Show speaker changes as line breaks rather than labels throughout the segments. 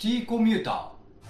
ティコミューター。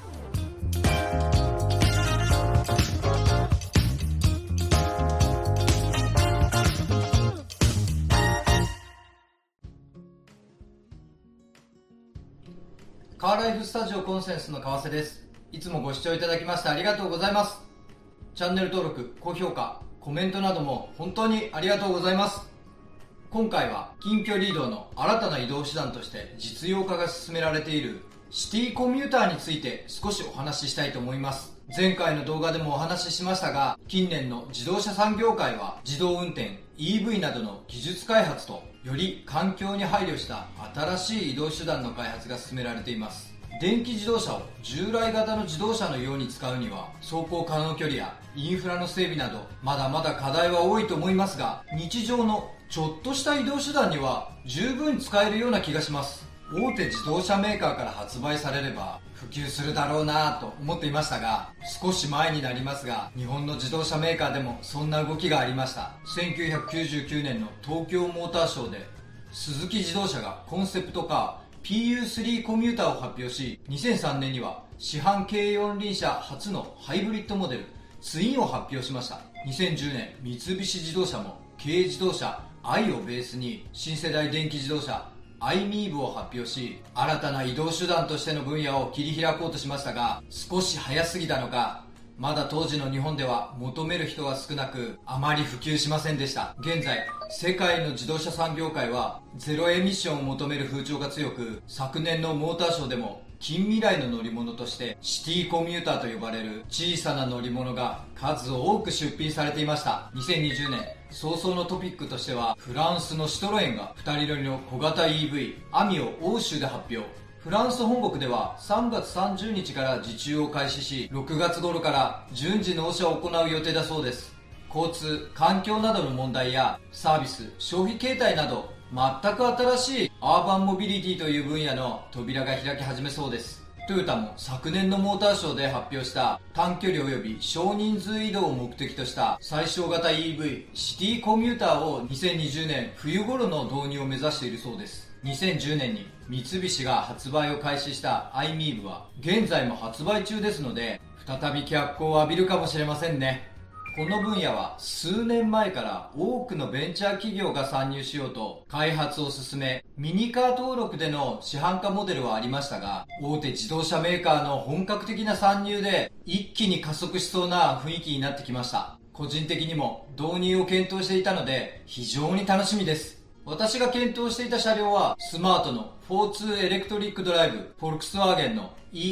カーライフスタジオコンセンスの川瀬です。いつもご視聴いただきましてありがとうございます。チャンネル登録、高評価、コメントなども本当にありがとうございます。今回は近距離移動の新たな移動手段として実用化が進められているシティコミューターについて少しお話ししたいと思います。前回の動画でもお話ししましたが、近年の自動車産業界は自動運転 EV などの技術開発とより環境に配慮した新しい移動手段の開発が進められています。電気自動車を従来型の自動車のように使うには走行可能距離やインフラの整備などまだまだ課題は多いと思いますが、日常のちょっとした移動手段には十分使えるような気がします。大手自動車メーカーから発売されれば普及するだろうなぁと思っていましたが、少し前になりますが日本の自動車メーカーでもそんな動きがありました。1999年の東京モーターショーで鈴木自動車がコンセプトカー PU3 コミューターを発表し、2003年には市販軽四輪車初のハイブリッドモデルツインを発表しました。2010年三菱自動車も軽自動車 i をベースに新世代電気自動車 iMEV を発表し、新たな移動手段としての分野を切り開こうとしましたが、少し早すぎたのかまだ当時の日本では求める人が少なくあまり普及しませんでした。現在世界の自動車産業界はゼロエミッションを求める風潮が強く、昨年のモーターショーでも近未来の乗り物としてシティコミューターと呼ばれる小さな乗り物が数多く出品されていました。2020年早々のトピックとしては、フランスのシトロエンが2人乗りの小型 EV アミを欧州で発表。フランス本国では3月30日から受注を開始し、6月頃から順次納車を行う予定だそうです。交通、環境などの問題やサービス、消費形態など全く新しいアーバンモビリティという分野の扉が開き始めそうです。トヨタも昨年のモーターショーで発表した短距離及び少人数移動を目的とした最小型 EV シティコミューターを2020年冬頃の導入を目指しているそうです。2010年に三菱が発売を開始した iMEV は現在も発売中ですので、再び脚光を浴びるかもしれませんね。この分野は数年前から多くのベンチャー企業が参入しようと開発を進め、ミニカー登録での市販化モデルはありましたが、大手自動車メーカーの本格的な参入で一気に加速しそうな雰囲気になってきました。個人的にも導入を検討していたので非常に楽しみです。私が検討していた車両はスマートの4-2エレクトリックドライブ、フォルクスワーゲンの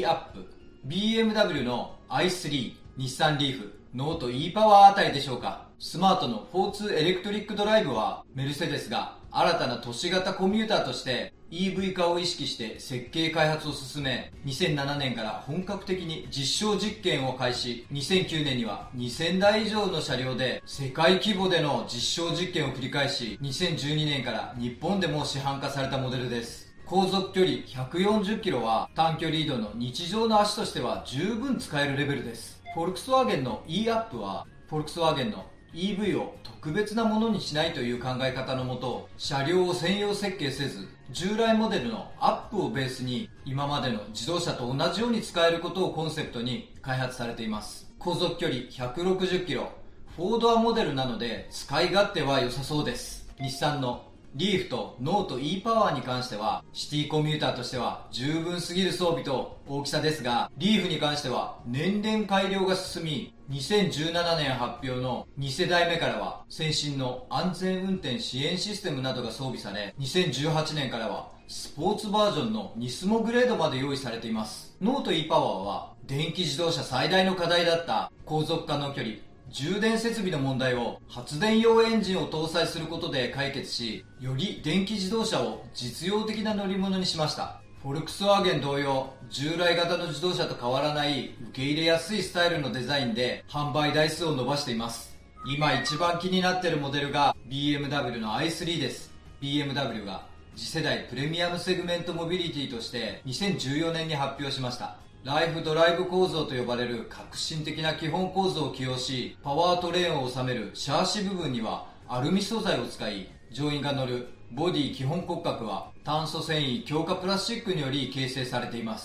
E-UP、BMW の i3、日産リーフ、ノート E パワーあたりでしょうか。スマートの4-2エレクトリックドライブはメルセデスが新たな都市型コミューターとして EV 化を意識して設計開発を進め、2007年から本格的に実証実験を開始。2009年には2000台以上の車両で世界規模での実証実験を繰り返し、2012年から日本でも市販化されたモデルです。航続距離140キロは短距離移動の日常の足としては十分使えるレベルです。フォルクスワーゲンの E-UP はフォルクスワーゲンの EV を特別なものにしないという考え方のもと、車両を専用設計せず従来モデルのアップをベースに今までの自動車と同じように使えることをコンセプトに開発されています。航続距離160キロ、4ドアモデルなので使い勝手は良さそうです。日産のリーフとノート E パワーに関してはシティコミューターとしては十分すぎる装備と大きさですが、リーフに関しては年々改良が進み、2017年発表の2世代目からは先進の安全運転支援システムなどが装備され、2018年からはスポーツバージョンのニスモグレードまで用意されています。ノート E パワーは電気自動車最大の課題だった航続可能距離、充電設備の問題を発電用エンジンを搭載することで解決し、より電気自動車を実用的な乗り物にしました。フォルクスワーゲン同様、従来型の自動車と変わらない受け入れやすいスタイルのデザインで販売台数を伸ばしています。今一番気になっているモデルが BMW の i3 です。 BMW が次世代プレミアムセグメントモビリティとして2014年に発表しました。ライフドライブ構造と呼ばれる革新的な基本構造を起用し、パワートレーンを収めるシャーシ部分にはアルミ素材を使い、乗員が乗るボディ基本骨格は炭素繊維強化プラスチックにより形成されています。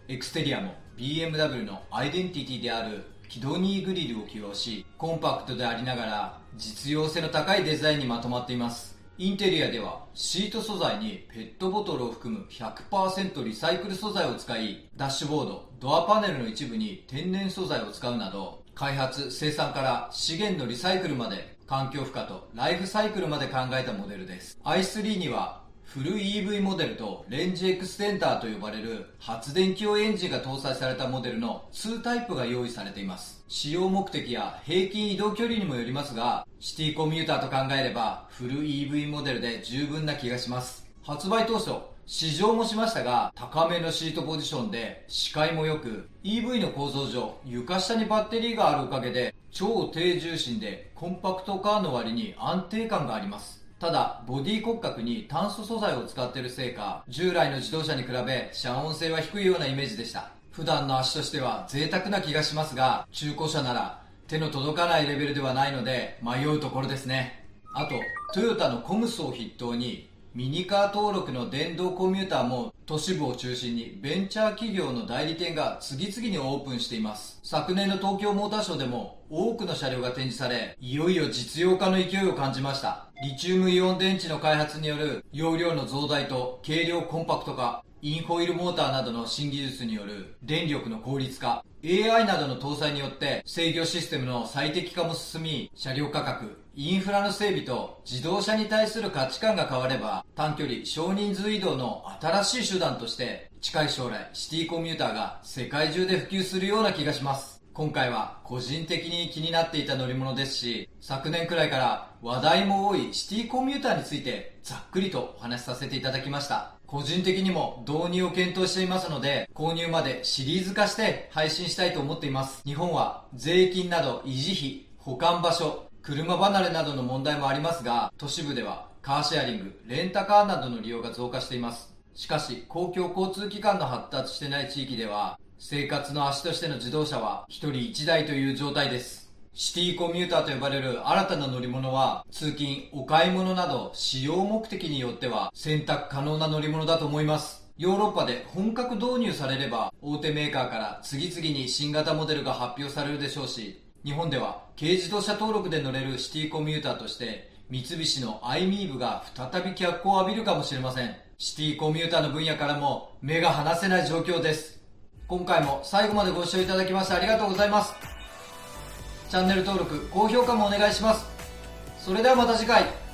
エクステリアも BMW のアイデンティティであるキドニーグリルを起用し、コンパクトでありながら実用性の高いデザインにまとまっています。インテリアではシート素材にペットボトルを含む 100% リサイクル素材を使い、ダッシュボード、ドアパネルの一部に天然素材を使うなど、開発・生産から資源のリサイクルまで、環境負荷とライフサイクルまで考えたモデルです。i3 にはフル EV モデルとレンジエクステンダーと呼ばれる発電機用エンジンが搭載されたモデルの2タイプが用意されています。使用目的や平均移動距離にもよりますが、シティコミューターと考えればフル EV モデルで十分な気がします。発売当初、試乗もしましたが、高めのシートポジションで視界も良く、 EV の構造上床下にバッテリーがあるおかげで超低重心でコンパクトカーの割に安定感があります。ただ、ボディ骨格に炭素素材を使っているせいか、従来の自動車に比べ遮音性は低いようなイメージでした。普段の足としては贅沢な気がしますが、中古車なら手の届かないレベルではないので迷うところですね。あと、トヨタのコムスを筆頭にミニカー登録の電動コミューターも都市部を中心にベンチャー企業の代理店が次々にオープンしています。昨年の東京モーターショーでも多くの車両が展示され、いよいよ実用化の勢いを感じました。リチウムイオン電池の開発による容量の増大と軽量コンパクト化、インホイールモーターなどの新技術による電力の効率化、AI などの搭載によって制御システムの最適化も進み、車両価格、インフラの整備と自動車に対する価値観が変われば、短距離少人数移動の新しい手段として近い将来シティコミューターが世界中で普及するような気がします。今回は個人的に気になっていた乗り物ですし、昨年くらいから話題も多いシティコミューターについてざっくりとお話しさせていただきました。個人的にも導入を検討していますので、購入までシリーズ化して配信したいと思っています。日本は税金など維持費、保管場所、車離れなどの問題もありますが、都市部ではカーシェアリング、レンタカーなどの利用が増加しています。しかし、公共交通機関の発達していない地域では、生活の足としての自動車は一人一台という状態です。シティコミューターと呼ばれる新たな乗り物は、通勤、お買い物など使用目的によっては選択可能な乗り物だと思います。ヨーロッパで本格導入されれば、大手メーカーから次々に新型モデルが発表されるでしょうし、日本では軽自動車登録で乗れるシティコミューターとして三菱のアイミーブが再び脚光を浴びるかもしれません。シティコミューターの分野からも目が離せない状況です。今回も最後までご視聴いただきましてありがとうございます。チャンネル登録、高評価もお願いします。それではまた次回。